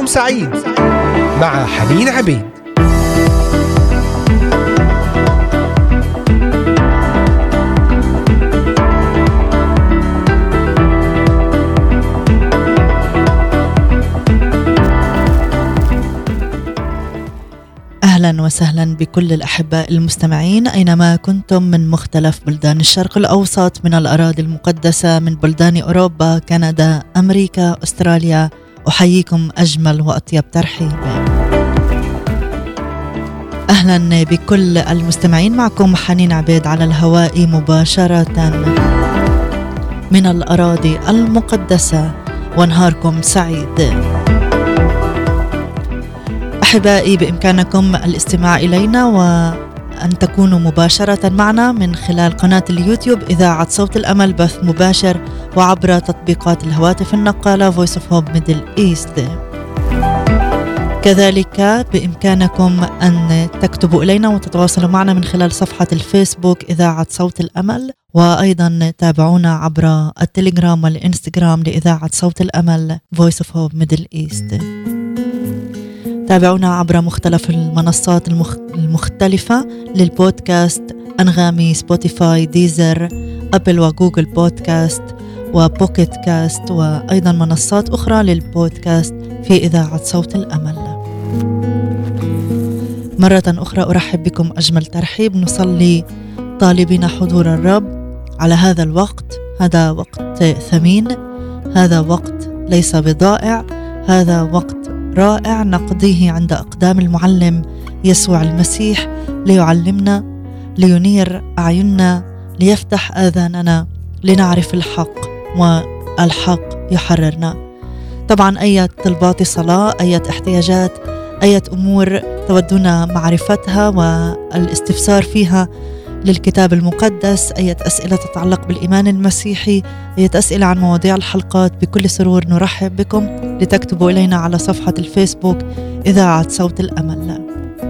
نهاركم سعيد مع حنين عبيد. أهلا وسهلا بكل الأحباء المستمعين أينما كنتم من مختلف بلدان الشرق الأوسط، من الأراضي المقدسة، من بلدان أوروبا، كندا، أمريكا، أستراليا. أحييكم أجمل وأطيب ترحيب. أهلا بكل المستمعين، معكم حنين عبيد على الهواء مباشرة من الأراضي المقدسة، ونهاركم سعيد. أحبائي، بإمكانكم الاستماع إلينا وأن تكونوا مباشرة معنا من خلال قناة اليوتيوب إذاعة صوت الأمل بث مباشر، وعبر تطبيقات الهواتف النقالة Voice of Hope Middle East. كذلك بإمكانكم أن تكتبوا إلينا وتتواصلوا معنا من خلال صفحة الفيسبوك إذاعة صوت الأمل، وأيضا تابعونا عبر التليجرام والإنستغرام لإذاعة صوت الأمل Voice of Hope Middle East. تابعونا عبر مختلف المنصات المختلفة للبودكاست: أنغامي، سبوتيفاي، ديزر، أبل وجوجل بودكاست وبوكيت كاست، وأيضا منصات أخرى للبودكاست في إذاعة صوت الأمل. مرة أخرى أرحب بكم أجمل ترحيب، نصلي طالبين حضور الرب على هذا الوقت. هذا وقت ثمين، هذا وقت ليس بضائع، هذا وقت رائع نقضيه عند أقدام المعلم يسوع المسيح ليعلمنا، لينير أعيننا، ليفتح آذاننا لنعرف الحق، والحق يحررنا. طبعا أي طلبات صلاة، أي احتياجات، أي أمور تودون معرفتها والاستفسار فيها للكتاب المقدس، أي أسئلة تتعلق بالإيمان المسيحي، أي أسئلة عن مواضيع الحلقات، بكل سرور نرحب بكم لتكتبوا إلينا على صفحة الفيسبوك إذاعة صوت الأمل.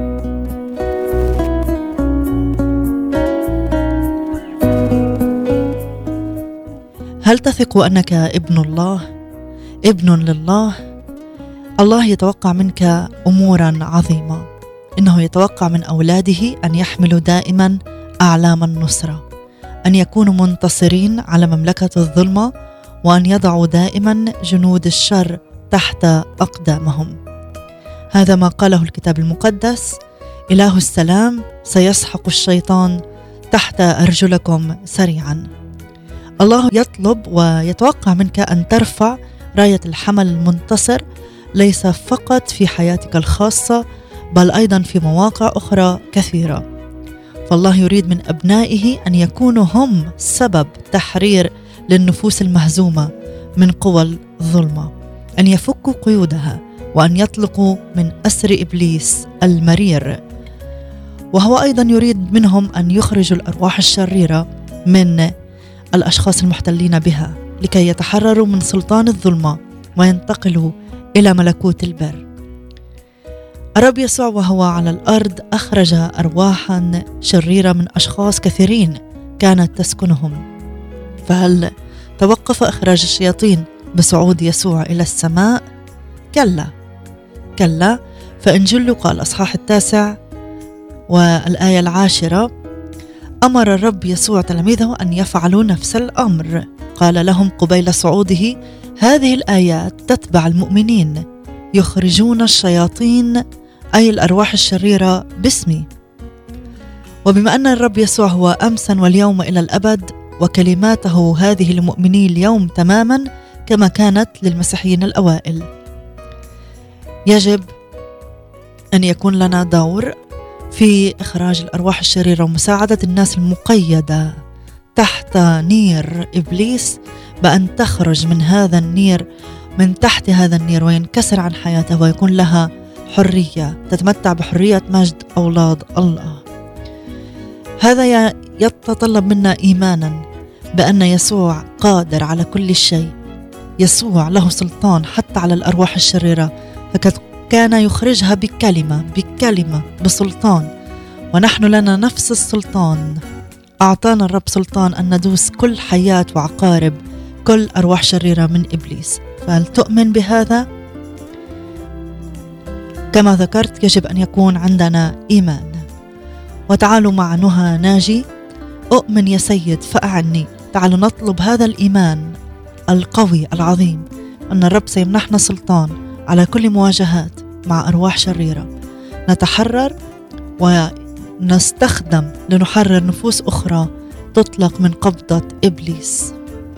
هل تثق أنك ابن الله، ابن لله؟ الله يتوقع منك أمورا عظيمة. إنه يتوقع من أولاده أن يحملوا دائما أعلام النصرة، أن يكونوا منتصرين على مملكة الظلمة، وأن يضعوا دائما جنود الشر تحت أقدامهم. هذا ما قاله الكتاب المقدس: إله السلام سيسحق الشيطان تحت أرجلكم سريعا. الله يطلب ويتوقع منك أن ترفع راية الحمل المنتصر، ليس فقط في حياتك الخاصة بل أيضا في مواقع أخرى كثيرة. فالله يريد من أبنائه أن يكونوا هم سبب تحرير للنفوس المهزومة من قوى الظلمة، أن يفكوا قيودها وأن يطلقوا من أسر إبليس المرير. وهو أيضا يريد منهم أن يخرجوا الأرواح الشريرة من الأشخاص المحتلين بها، لكي يتحرروا من سلطان الظلمة وينتقلوا إلى ملكوت البر. الرب يسوع وهو على الأرض أخرج أرواحا شريرة من أشخاص كثيرين كانت تسكنهم. فهل توقف إخراج الشياطين بصعود يسوع إلى السماء؟ كلا كلا. فإنجيل لوقا الأصحاح 9 والآية 10: أمر الرب يسوع تلاميذه أن يفعلوا نفس الأمر. قال لهم قبيل صعوده: هذه الآيات تتبع المؤمنين، يخرجون الشياطين أي الأرواح الشريرة باسمي. وبما أن الرب يسوع هو أمسا واليوم إلى الأبد، وكلماته هذه للمؤمنين اليوم تماما كما كانت للمسيحيين الأوائل، يجب أن يكون لنا دور في إخراج الأرواح الشريرة ومساعدة الناس المقيدة تحت نير إبليس بأن تخرج من هذا النير، من تحت هذا النير، وينكسر عن حياتها ويكون لها حرية، تتمتع بحرية مجد أولاد الله. هذا يتطلب منا إيمانا بأن يسوع قادر على كل شيء. يسوع له سلطان حتى على الأرواح الشريرة، فقد كان يخرجها بكلمة بسلطان، ونحن لنا نفس السلطان. أعطانا الرب سلطان أن ندوس كل حياة وعقارب كل أرواح شريرة من إبليس. فهل تؤمن بهذا؟ كما ذكرت يجب أن يكون عندنا إيمان. وتعالوا مع نهى ناجي، أؤمن يا سيد فأعني. تعالوا نطلب هذا الإيمان القوي العظيم أن الرب سيمنحنا سلطان على كل مواجهات مع أرواح شريرة، نتحرر ونستخدم لنحرر نفوس أخرى تطلق من قبضة إبليس.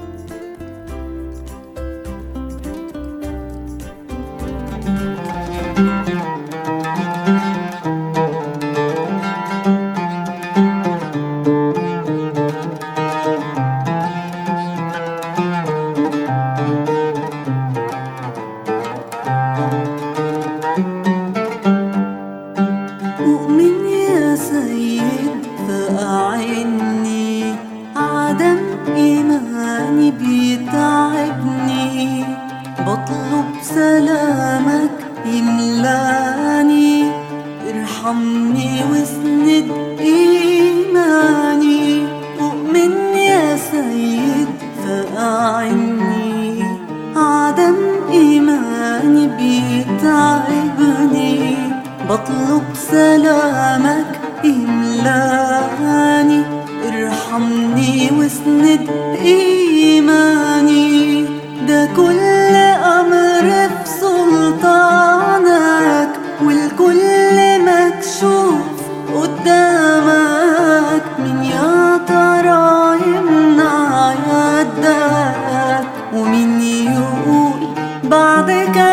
بطلب سلامك إملاني، ارحمني واسند إيماني. ده كل أمر في سلطانك، والكل مكشوف قدامك. من يا ترى يمنع يدك، ومن يقول بعد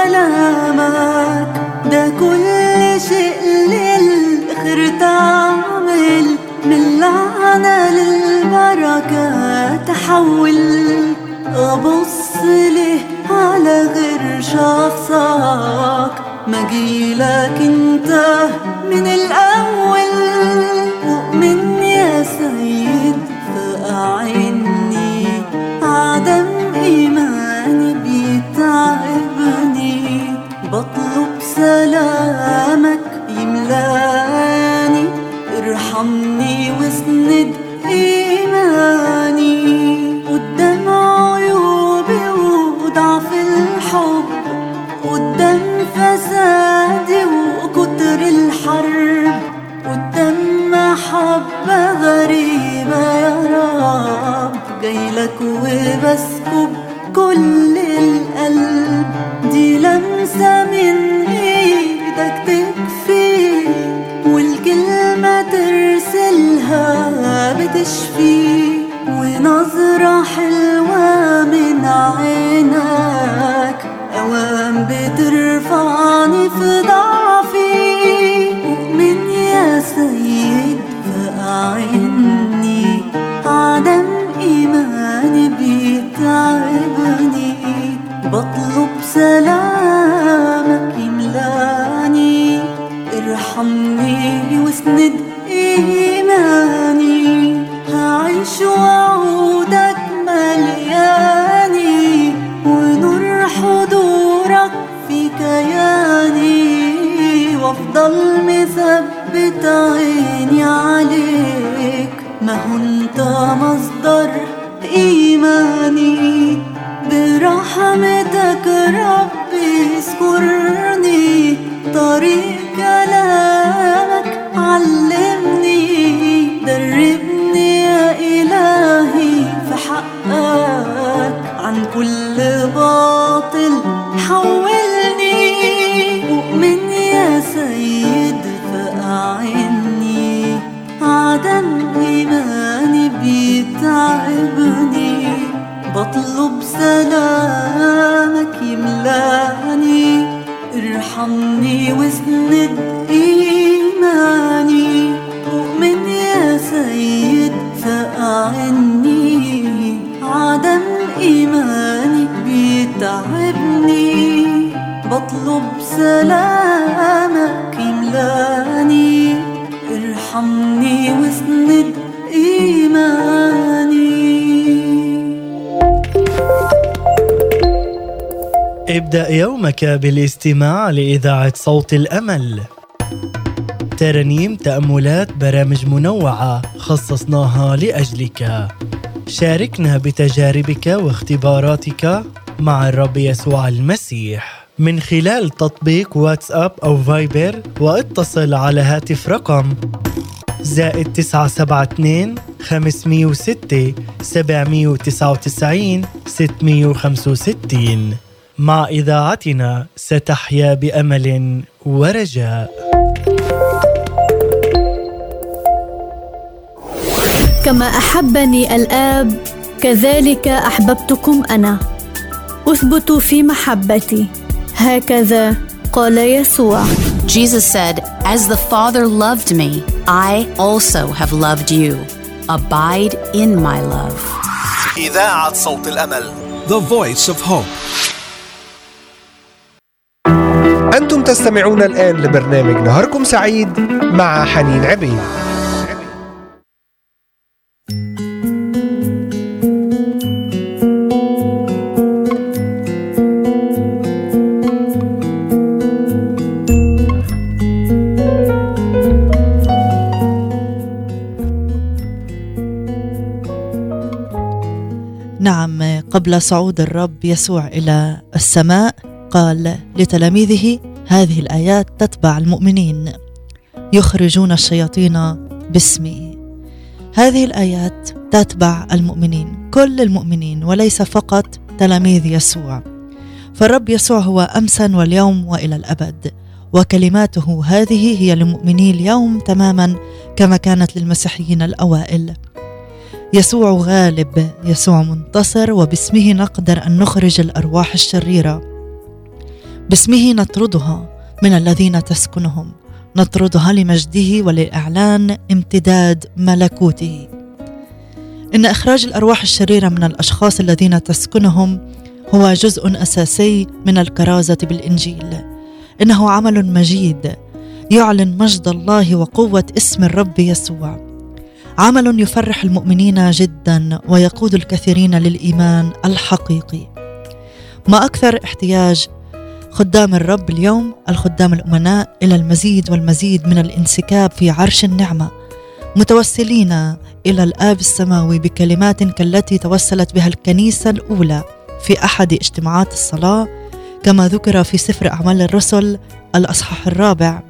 كلامك. ده كل شيء للخير تعمل، من لعنة للبركة تحول. أبص له على غير شخصك، مجيلك انت من الأول. أؤمن يا سيد فأعني، عدم إيماني بيتعبني. بطلب سلامك يملاني، ارحمني واسند إيماني. قدام عيوبي وضعف الحب، قدام فسادي وكتر الحرب، قدام محبة غريبة يا رب. جايلك وبسكب كل القلب، دي لمسة من ايدك تكفي، والكلمة ترسلها بتشفي. ونظرة حلوة من عينك أوام بترفعني في ضعفي. أؤمن يا سيد فأعني، عدم إيماني بيتعبني. بطلب سلامك يملاني، ارحمني واسند إيماني. هعيش وعودك ملياني، ونور حضورك في كياني. وافضل مثبت عيني عليك، ما هو انت مصدر إيماني. برحمتك ربي اذكرني، طريق كلامك علمني. دربني يا إلهي في حقك، عن كل باطل حولني. أؤمن يا سيد فأعني، عدم إيماني بيتعبني. بطلب سلامك يملاني، ارحمني واسند إيماني. أؤمن يا سيد فأعني، عدم إيماني بيتعبني. بطلب سلامك يملاني، ارحمني واسند إيماني. ابدأ يومك بالاستماع لإذاعة صوت الأمل. ترانيم، تأملات، برامج منوعة خصصناها لأجلك. شاركنا بتجاربك واختباراتك مع الرب يسوع المسيح. من خلال تطبيق واتساب أو فايبر، واتصل على هاتف رقم +972 506 799 665. مع إذاعتنا ستحيا بأمل ورجاء. كما أحبني الآب كذلك أحببتكم أنا، اثبتوا في محبتي، هكذا قال يسوع. Jesus said, "As the Father loved me, I also have loved you. Abide in my love." إذاعة صوت الأمل. The Voice of Hope. أنتم تستمعون الآن لبرنامج نهاركم سعيد مع حنين عبيد. نعم، قبل صعود الرب يسوع إلى السماء قال لتلاميذه هذه الآيات تتبع المؤمنين: يخرجون الشياطين باسمي. هذه الآيات تتبع المؤمنين، كل المؤمنين، وليس فقط تلاميذ يسوع. فالرب يسوع هو أمسا واليوم وإلى الأبد، وكلماته هذه هي لمؤمني اليوم تماما كما كانت للمسيحيين الأوائل. يسوع غالب، يسوع منتصر، وباسمه نقدر أن نخرج الأرواح الشريرة، باسمه نطردها من الذين تسكنهم، نطردها لمجده ولإعلان امتداد ملكوته. إن إخراج الأرواح الشريرة من الأشخاص الذين تسكنهم هو جزء أساسي من الكرازة بالإنجيل. إنه عمل مجيد يعلن مجد الله وقوة اسم الرب يسوع، عمل يفرح المؤمنين جدا ويقود الكثيرين للإيمان الحقيقي. ما أكثر احتياج خدام الرب اليوم، الخدام الأمناء، إلى المزيد والمزيد من الانسكاب في عرش النعمة، متوسلين إلى الآب السماوي بكلمات كالتي توسلت بها الكنيسة الأولى في أحد اجتماعات الصلاة، كما ذكر في سفر أعمال الرسل الأصحاح 4: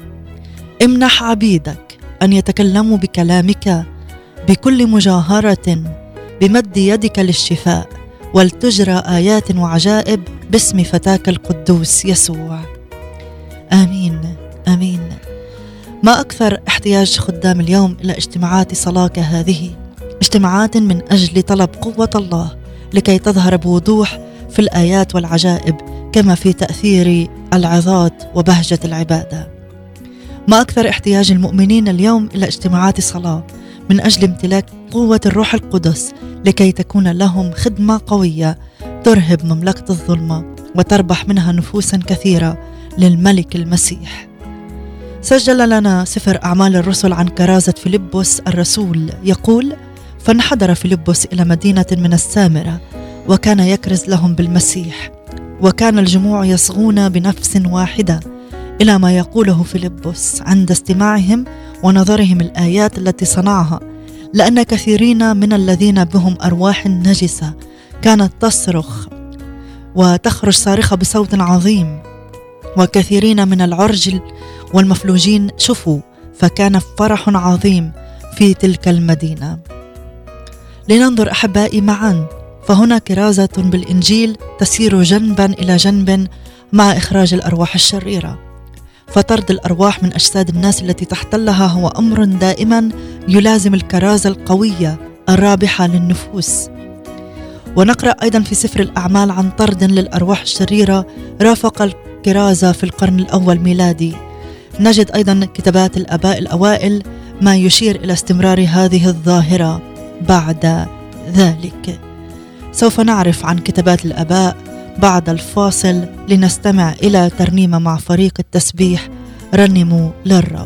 امنح عبيدك أن يتكلموا بكلامك بكل مجاهرة بمد يدك للشفاء، ولتجرى آيات وعجائب باسم فتاك القدوس يسوع. آمين آمين. ما أكثر احتياج خدام اليوم إلى اجتماعات صلاة كهذه، اجتماعات من أجل طلب قوة الله لكي تظهر بوضوح في الآيات والعجائب، كما في تأثير العظات وبهجة العبادة. ما أكثر احتياج المؤمنين اليوم إلى اجتماعات صلاة من أجل امتلاك قوة الروح القدس لكي تكون لهم خدمة قوية ترهب مملكة الظلمة وتربح منها نفوسا كثيرة للملك المسيح. سجل لنا سفر أعمال الرسل عن كرازة فيلبس الرسول، يقول: فانحدر فيلبس إلى مدينة من السامرة وكان يكرز لهم بالمسيح، وكان الجموع يصغون بنفس واحدة إلى ما يقوله فيلبس عند استماعهم ونظرهم الآيات التي صنعها، لأن كثيرين من الذين بهم أرواح نجسة كانت تصرخ وتخرج صارخة بصوت عظيم، وكثيرين من العرج والمفلوجين شفوا، فكان فرح عظيم في تلك المدينة. لننظر أحبائي معا، فهنا كرازة بالإنجيل تسير جنبا إلى جنب مع إخراج الأرواح الشريرة، فطرد الأرواح من أجساد الناس التي تحتلها هو أمر دائما يلازم الكرازة القوية الرابحة للنفوس. ونقرأ أيضا في سفر الأعمال عن طرد للأرواح الشريرة رافق الكرازة في القرن الأول ميلادي. نجد أيضا كتابات الآباء الأوائل ما يشير إلى استمرار هذه الظاهرة بعد ذلك. سوف نعرف عن كتابات الآباء بعد الفاصل، لنستمع إلى ترنيمة مع فريق التسبيح رنموا للرب.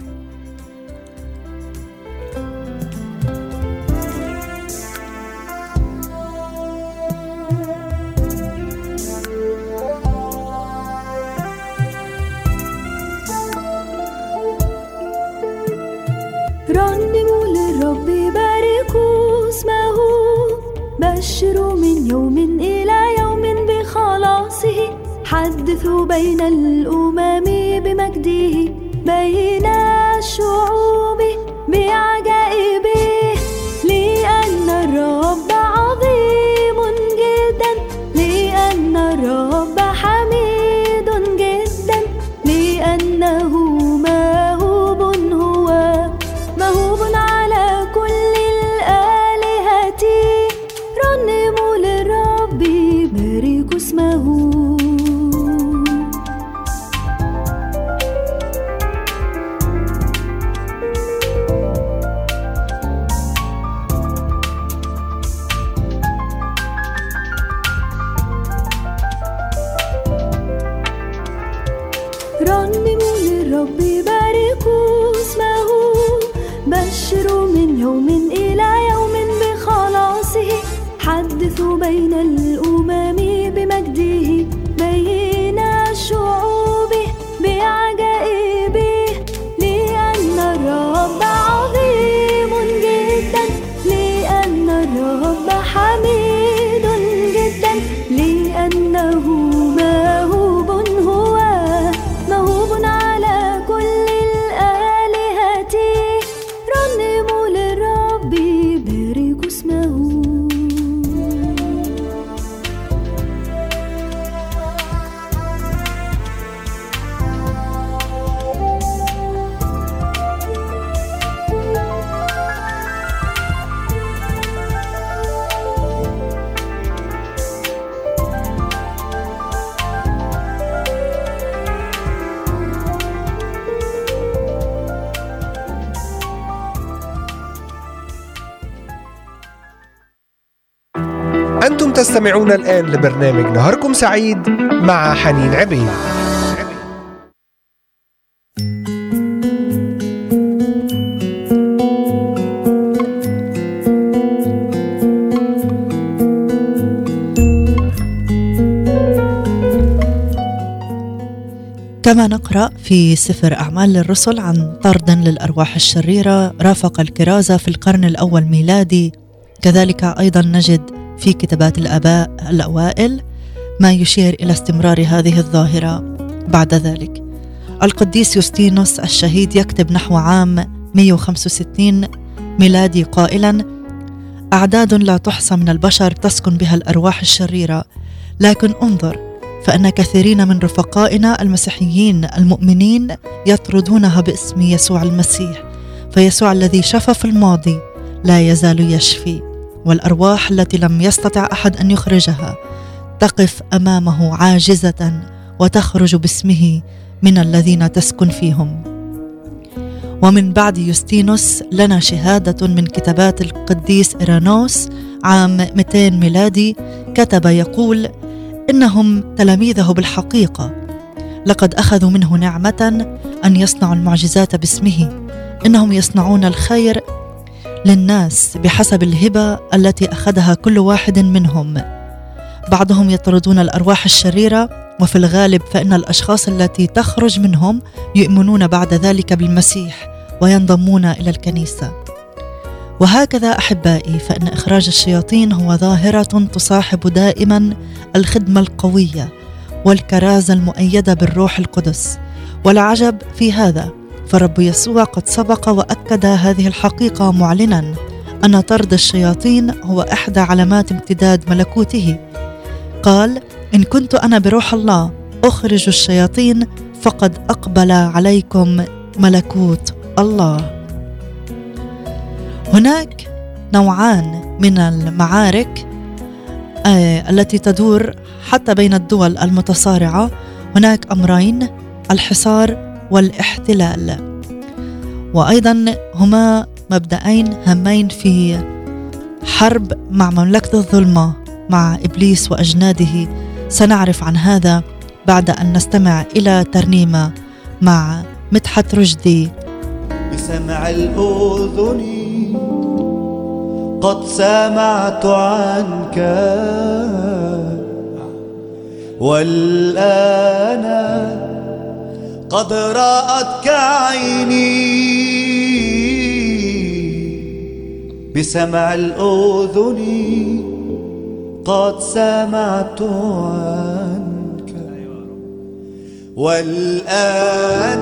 رنموا للرب، باركوا اسمه، بشروا من يوم إلى يوم بخلاصه، حدثوا بين الأمم بمجده، بين الشعوب بعجائبه، لأن الرب عظيم جدا، لأن الرب حميد جدا، لأنه موهوب، هو موهوب على كل الآلهة. رنموا للرب، باركوا اسمه. رنموا للرب، باركوا اسمه، بشروا من يوم إلى يوم بخلاصه، حدثوا بين الأمم بمجده، بين الشعوب بعجائبه، لأن الرب عظيم جدا، لأن الرب حميد جدا، لأنه موهوب، هو موهوب على كل الآلهة. رنموا للرب، باركوا اسمه. أنتم تستمعون الآن لبرنامج نهاركم سعيد مع حنين عبيد. كما نقرأ في سفر أعمال الرسل عن طرد للأرواح الشريرة رافق الكرازة في القرن الأول ميلادي، كذلك أيضا نجد في كتابات الآباء الأوائل ما يشير إلى استمرار هذه الظاهرة بعد ذلك. القديس يوستينوس الشهيد يكتب نحو عام 165 ميلادي قائلا: أعداد لا تحصى من البشر تسكن بها الأرواح الشريرة، لكن انظر فإن كثيرين من رفقائنا المسيحيين المؤمنين يطردونها باسم يسوع المسيح، فيسوع الذي شفى في الماضي لا يزال يشفي، والأرواح التي لم يستطع أحد أن يخرجها تقف أمامه عاجزة وتخرج باسمه من الذين تسكن فيهم. ومن بعد يوستينوس لنا شهادة من كتابات القديس إيرانوس عام 200 ميلادي، كتب يقول: إنهم تلاميذه بالحقيقة، لقد أخذوا منه نعمة أن يصنعوا المعجزات باسمه، إنهم يصنعون الخير للناس بحسب الهبة التي أخذها كل واحد منهم. بعضهم يطردون الأرواح الشريرة، وفي الغالب فإن الأشخاص التي تخرج منهم يؤمنون بعد ذلك بالمسيح وينضمون إلى الكنيسة. وهكذا أحبائي، فإن إخراج الشياطين هو ظاهرة تصاحب دائما الخدمة القوية والكرازة المؤيدة بالروح القدس. والعجب في هذا، فالرب يسوع قد سبق وأكد هذه الحقيقة معلنا أن طرد الشياطين هو إحدى علامات امتداد ملكوته. قال: إن كنت أنا بروح الله أخرج الشياطين فقد أقبل عليكم ملكوت الله. هناك نوعان من المعارك التي تدور حتى بين الدول المتصارعة. هناك أمرين: الحصار والاحتلال، وأيضا هما مبدأين هامين في حرب مع مملكة الظلمة مع إبليس وأجناده. سنعرف عن هذا بعد أن نستمع إلى ترنيمة مع مدحت رشدي. بسمع الأذن قد سمعت عنك، والآن قد رأتك عيني. بسمع الأذن قد سمعت عنك، والآن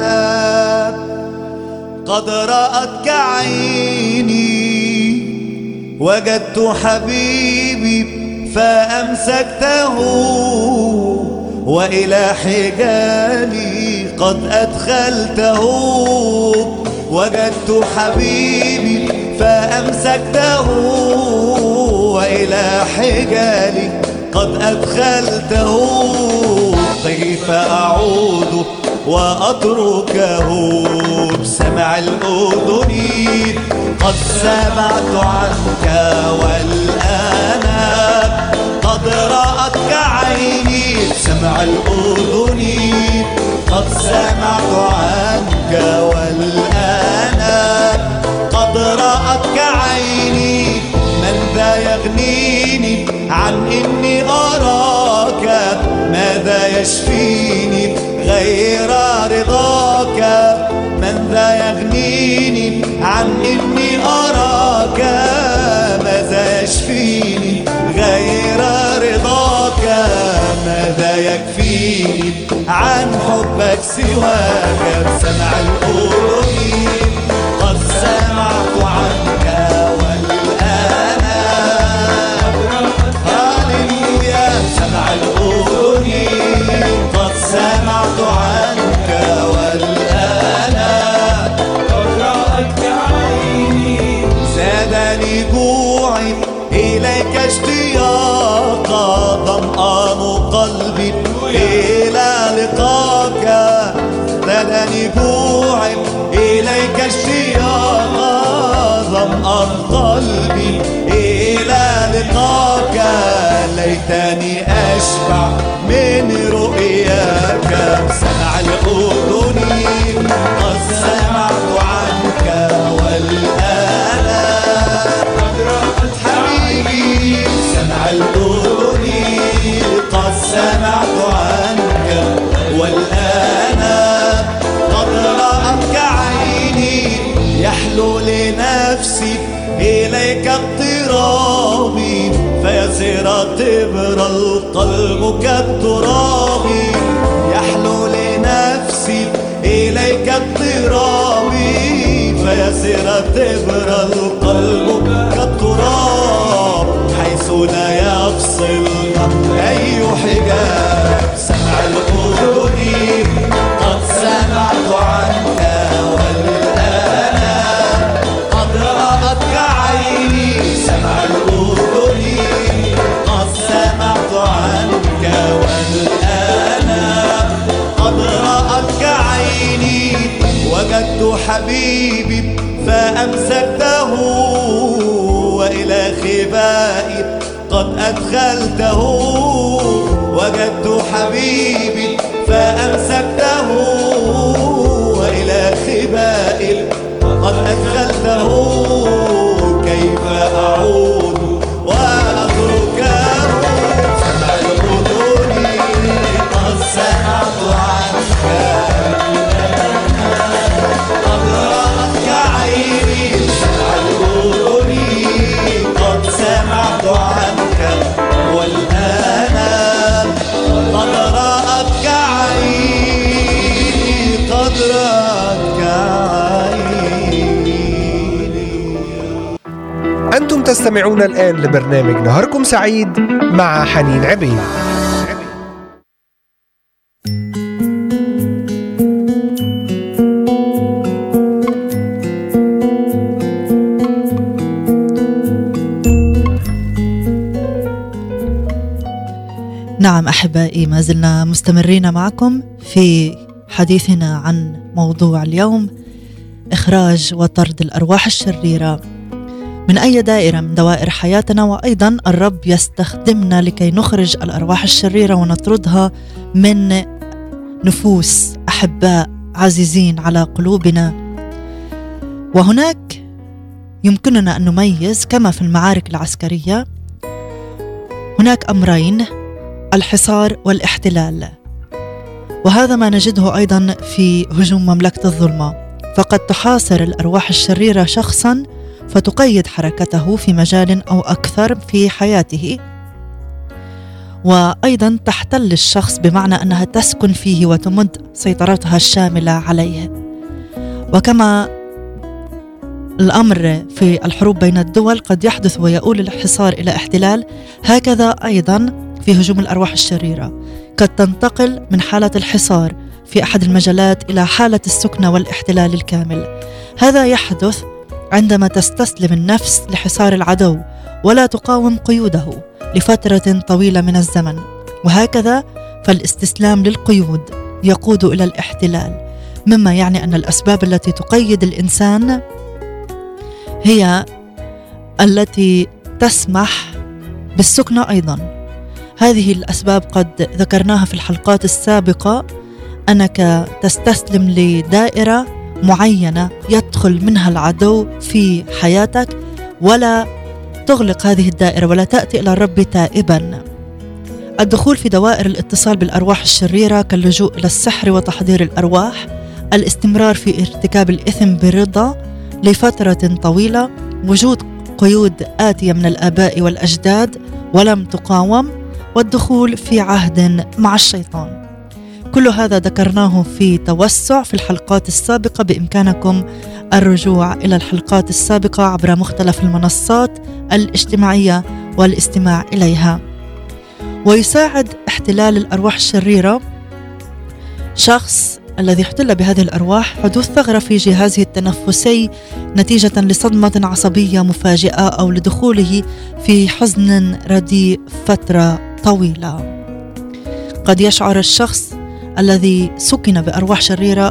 قد رأتك عيني وجدت حبيبي فأمسكته وإلى حجالي قد أدخلته وجدت حبيبي فأمسكته وإلى حجالي قد أدخلته كيف أعود وأتركه بسمع الأذن قد سمعت عنك والآن قد رأتك عيني بسمع الأذن قد سمعت عنك والآن قد رأتك عيني من ذا يغنيني عن إني أراك ماذا يشفيني غير رضاك من ذا يغنيني عن إني أراك ماذا يشفيني غير رضاك ماذا يكفيني عن حبك سواك بسمع الأذن قد سمعت عنك والآن هاليلويا سمع الأذن قد سمعت عنك والآن قد رأتك عيني زادني جوعي إليك اشتياقا ظمآن قلبي إلى لقاك زادني جوعي إليك اشتياقا ظمآن قلبي إلى لقاك ليتني أشبع من رؤياك سمع الأذن قد سمعت عنك والآن قد رأت حبيبي سمع الأذن قد سمعت عنك والآن قد رأتك عيني يحلو لنفسي إليك اضطرابي فيصير تبر القلب كالتراب يحلو لنفسي إليك اضطرابي فيصير تبر القلب كالتراب حيث لا يفصلنا أي حجاب سمع الأذن قد سمعت عنك والآن قد رأتك عيني سمع الأذن قد سمعت عنك والآن قد رأتك عيني وجدت حبيبي فأمسكته وإلى خبائي قد أدخلته وجدت حبيبي فأمسكته وإلى خبائي قد أدخلته كيف أعود وأتركه سمع الأذن قد سمعت عنك قد رأتك عيني سمع الأذن قد سمعت عنك والآن قد رأتك عيني قد رأتك عيني. أنتم تستمعون الآن لبرنامج نهاركم سعيد مع حنين عبيد. نعم أحبائي، ما زلنا مستمرين معكم في حديثنا عن موضوع اليوم: إخراج وطرد الأرواح الشريرة من أي دائرة من دوائر حياتنا، وأيضا الرب يستخدمنا لكي نخرج الأرواح الشريرة ونطردها من نفوس أحباء عزيزين على قلوبنا. وهناك يمكننا أن نميز كما في المعارك العسكرية هناك أمرين: الحصار والاحتلال. وهذا ما نجده أيضا في هجوم مملكة الظلمة، فقد تحاصر الأرواح الشريرة شخصا فتقيد حركته في مجال أو أكثر في حياته، وأيضا تحتل الشخص بمعنى أنها تسكن فيه وتمد سيطرتها الشاملة عليه. وكما الأمر في الحروب بين الدول قد يحدث ويؤول الحصار إلى احتلال، هكذا أيضا في هجوم الأرواح الشريرة قد تنتقل من حالة الحصار في أحد المجالات إلى حالة السكنة والاحتلال الكامل. هذا يحدث عندما تستسلم النفس لحصار العدو ولا تقاوم قيوده لفترة طويلة من الزمن. وهكذا فالاستسلام للقيود يقود إلى الاحتلال، مما يعني أن الأسباب التي تقيد الإنسان هي التي تسمح بالسكنة أيضا. هذه الأسباب قد ذكرناها في الحلقات السابقة، أنك تستسلم لدائرة معينة يدخل منها العدو في حياتك ولا تغلق هذه الدائرة ولا تأتي إلى الرب تائبا. الدخول في دوائر الاتصال بالأرواح الشريرة كاللجوء إلى السحر وتحضير الأرواح، الاستمرار في ارتكاب الإثم برضا لفترة طويلة، وجود قيود آتية من الآباء والأجداد ولم تقاوم، والدخول في عهد مع الشيطان. كل هذا ذكرناه في توسع في الحلقات السابقة. بإمكانكم الرجوع إلى الحلقات السابقة عبر مختلف المنصات الاجتماعية والاستماع إليها. ويساعد احتلال الأرواح الشريرة شخص الذي احتل بهذه الأرواح حدوث ثغرة في جهازه التنفسي نتيجة لصدمة عصبية مفاجئة أو لدخوله في حزن رديء فترة طويلة. قد يشعر الشخص الذي سكن بأرواح شريرة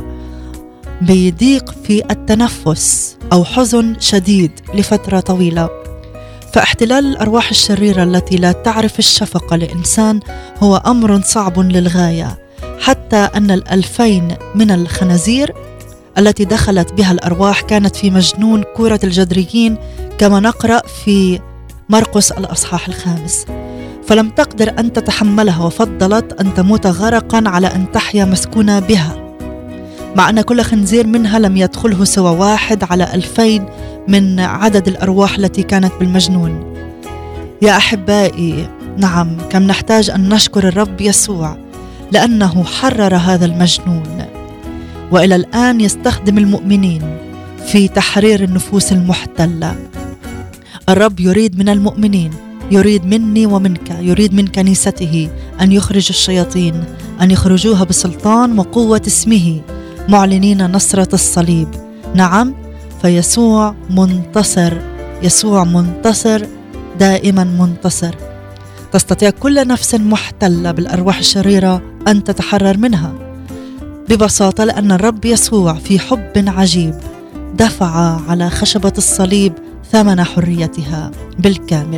بضيق في التنفس أو حزن شديد لفترة طويلة. فاحتلال الأرواح الشريرة التي لا تعرف الشفقة لإنسان هو أمر صعب للغاية، حتى أن 2000 من الخنازير التي دخلت بها الأرواح كانت في مجنون كورة الجدريين كما نقرأ في مرقس الأصحاح 5، فلم تقدر أن تتحملها وفضلت أن تموت غرقا على أن تحيا مسكونة بها، مع أن كل خنزير منها لم يدخله سوى 1 على 2000 من عدد الأرواح التي كانت بالمجنون. يا أحبائي، نعم، كم نحتاج أن نشكر الرب يسوع لأنه حرر هذا المجنون، وإلى الآن يستخدم المؤمنين في تحرير النفوس المحتلة. الرب يريد من المؤمنين، يريد مني ومنك، يريد من كنيسته أن يخرج الشياطين، أن يخرجوها بسلطان وقوة اسمه، معلنين نصرة الصليب. نعم، فيسوع منتصر، يسوع منتصر، دائما منتصر. تستطيع كل نفس محتلة بالأرواح الشريرة أن تتحرر منها ببساطة، لأن الرب يسوع في حب عجيب دفع على خشبة الصليب ثمن حريتها بالكامل.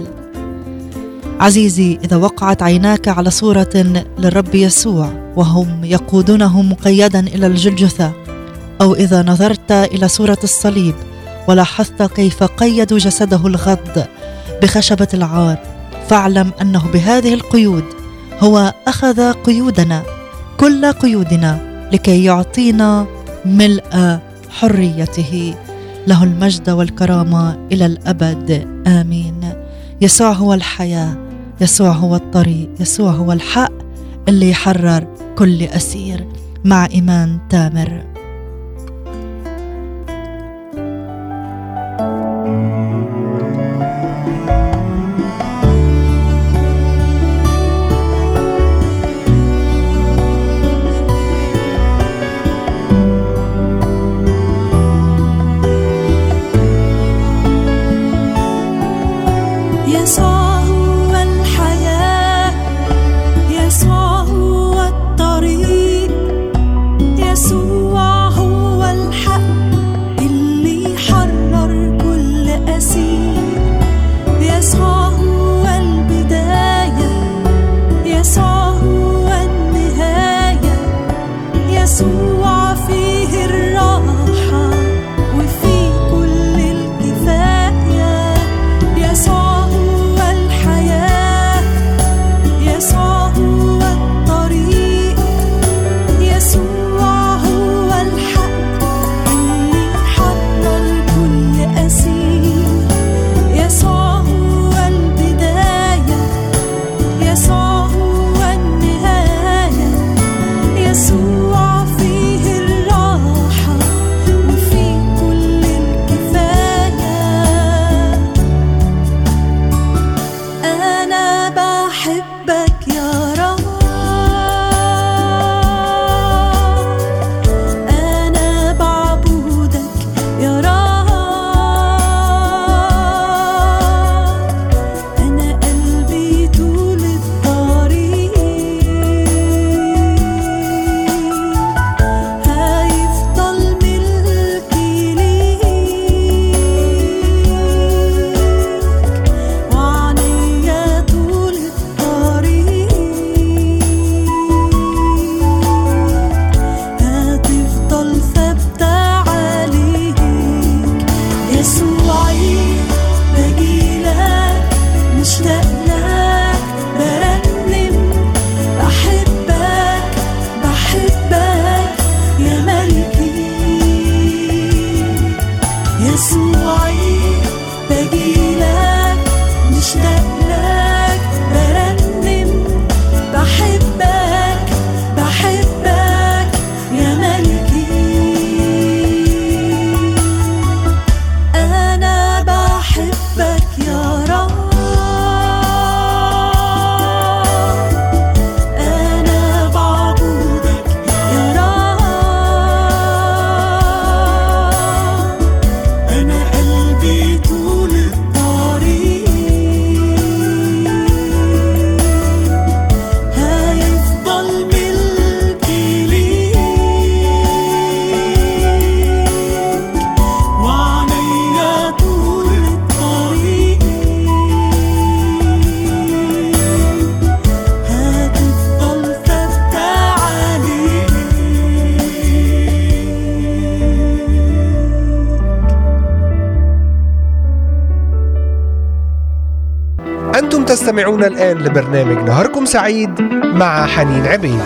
عزيزي، إذا وقعت عيناك على صورة للرب يسوع وهم يقودونه مقيدا إلى الجلجثة، أو إذا نظرت إلى صورة الصليب ولاحظت كيف قيدوا جسده الغض بخشبة العار، فاعلم أنه بهذه القيود هو أخذ قيودنا، كل قيودنا، لكي يعطينا ملء حريته. له المجد والكرامة إلى الأبد، آمين. يسوع هو الحياة، يسوع هو الطريق، يسوع هو الحق اللي يحرر كل أسير. مع إيمان تامر. يسوع هو الحياة، يسوع هو الطريق، يسوع تستمعون الآن لبرنامج نهاركم سعيد مع حنين عبيد.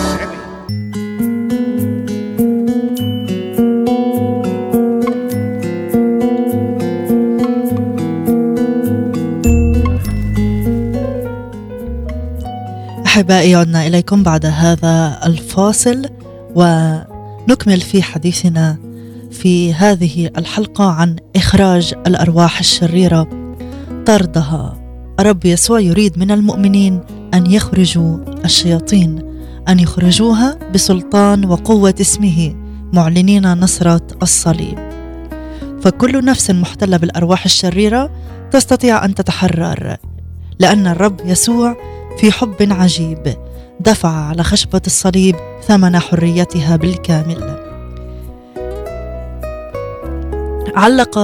أحبائي، عدنا إليكم بعد هذا الفاصل ونكمل في حديثنا في هذه الحلقة عن إخراج الأرواح الشريرة، طردها. الرب يسوع يريد من المؤمنين أن يخرجوا الشياطين، أن يخرجوها بسلطان وقوة اسمه، معلنين نصرة الصليب. فكل نفس محتلة بالأرواح الشريرة تستطيع أن تتحرر، لأن الرب يسوع في حب عجيب دفع على خشبة الصليب ثمن حريتها بالكامل. علق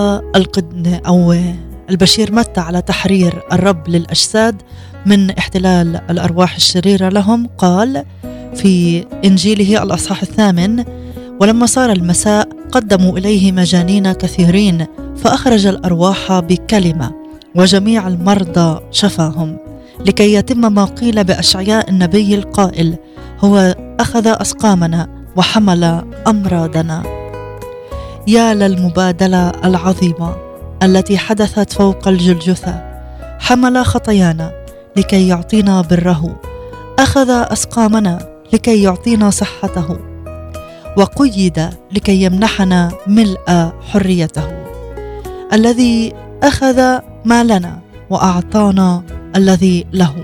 البشير متى على تحرير الرب للأجساد من احتلال الأرواح الشريرة لهم. قال في إنجيله الأصحاح 8: ولما صار المساء قدموا إليه مجانين كثيرين، فأخرج الأرواح بكلمة، وجميع المرضى شفاهم، لكي يتم ما قيل بأشعياء النبي القائل: هو أخذ أسقامنا وحمل أمراضنا. يا للمبادلة العظيمة التي حدثت فوق الجلجثة. حمل خطايانا لكي يعطينا بره، أخذ أسقامنا لكي يعطينا صحته، وقيد لكي يمنحنا ملء حريته. الذي أخذ ما لنا وأعطانا الذي له.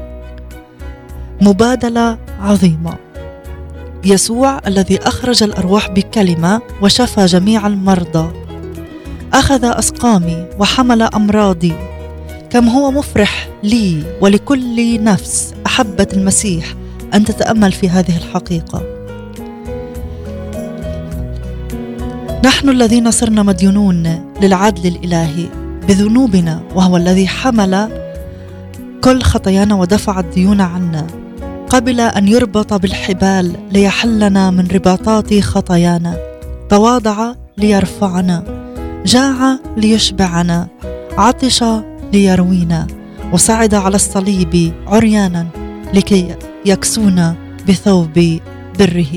مبادلة عظيمة. يسوع الذي أخرج الأرواح بكلمة وشفى جميع المرضى، أخذ أسقامي وحمل أمراضي. كم هو مفرح لي ولكل نفس أحبت المسيح أن تتأمل في هذه الحقيقة. نحن الذين صرنا مديونون للعدل الإلهي بذنوبنا، وهو الذي حمل كل خطايانا ودفع الديون عنا، قبل أن يربط بالحبال ليحلنا من رباطات خطايانا. تواضع ليرفعنا، جاع ليشبعنا، عطش ليروينا، وصعد على الصليب عريانا لكي يكسونا بثوب بره.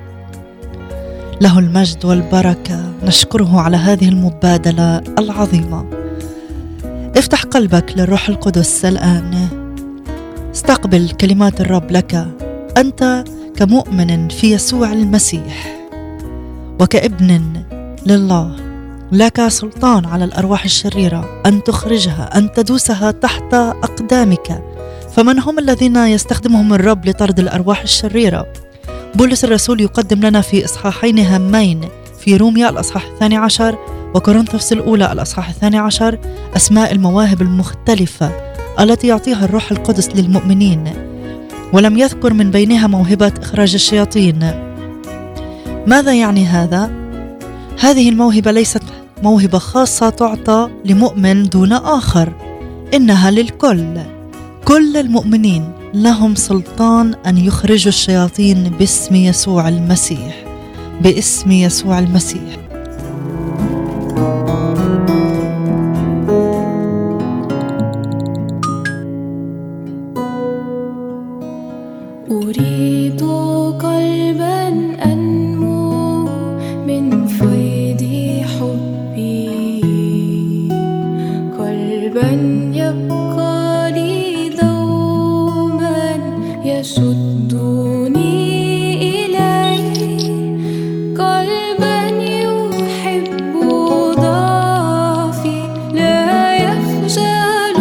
له المجد والبركة. نشكره على هذه المبادلة العظيمة. افتح قلبك للروح القدس الآن، استقبل كلمات الرب لك. أنت كمؤمن في يسوع المسيح وكابن لله لك سلطان على الأرواح الشريرة أن تخرجها، أن تدوسها تحت أقدامك. فمن هم الذين يستخدمهم الرب لطرد الأرواح الشريرة؟ بولس الرسول يقدم لنا في إصحاحين هامين، في روميا الأصحاح 12 وكورنثوس الأولى الأصحاح 12، أسماء المواهب المختلفة التي يعطيها الروح القدس للمؤمنين، ولم يذكر من بينها موهبة إخراج الشياطين. ماذا يعني هذا؟ هذه الموهبة ليست موهبة خاصة تعطى لمؤمن دون آخر، إنها للكل. كل المؤمنين لهم سلطان أن يخرجوا الشياطين باسم يسوع المسيح، باسم يسوع المسيح. أريد قلبا أنمو من فيض حبي، قلبا يبقى لي دوما يشدني إليه، قلبا يحب ضعفي لا يخجل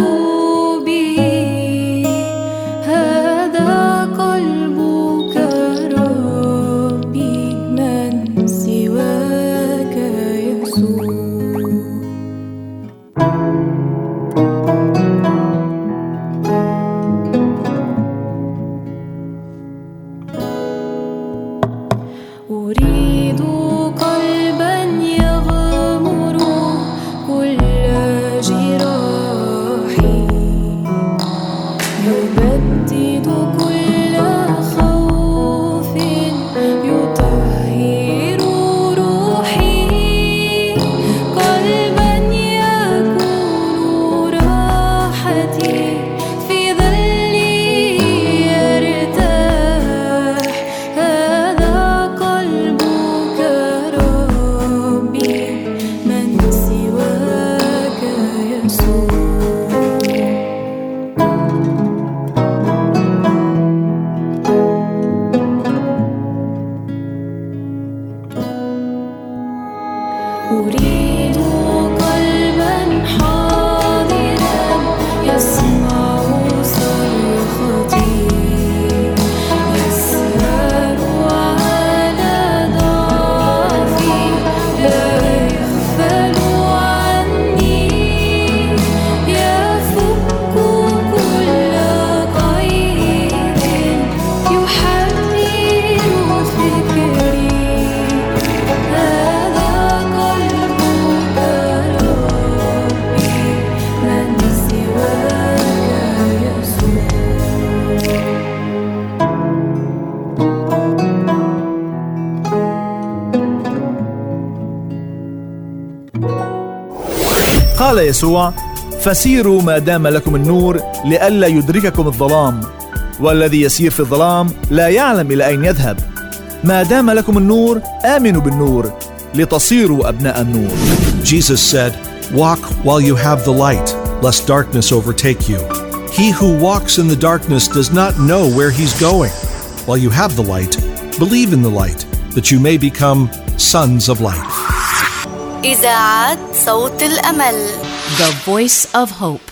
بي. هذا قلبك ربي، من سواك يسوع. قال يسوع: فسيروا ما دام لكم النور لئلا يدرككم الظلام، والذي يسير في الظلام لا يعلم إلى أين يذهب. ما دام لكم النور آمنوا بالنور لتصيروا أبناء النور. Jesus said, "Walk while you have the light, lest darkness overtake you. He who walks in the darkness does not know where he's going. While you have the light, believe in the light, that you may become sons of light." إذاعة صوت الأمل. The voice of hope.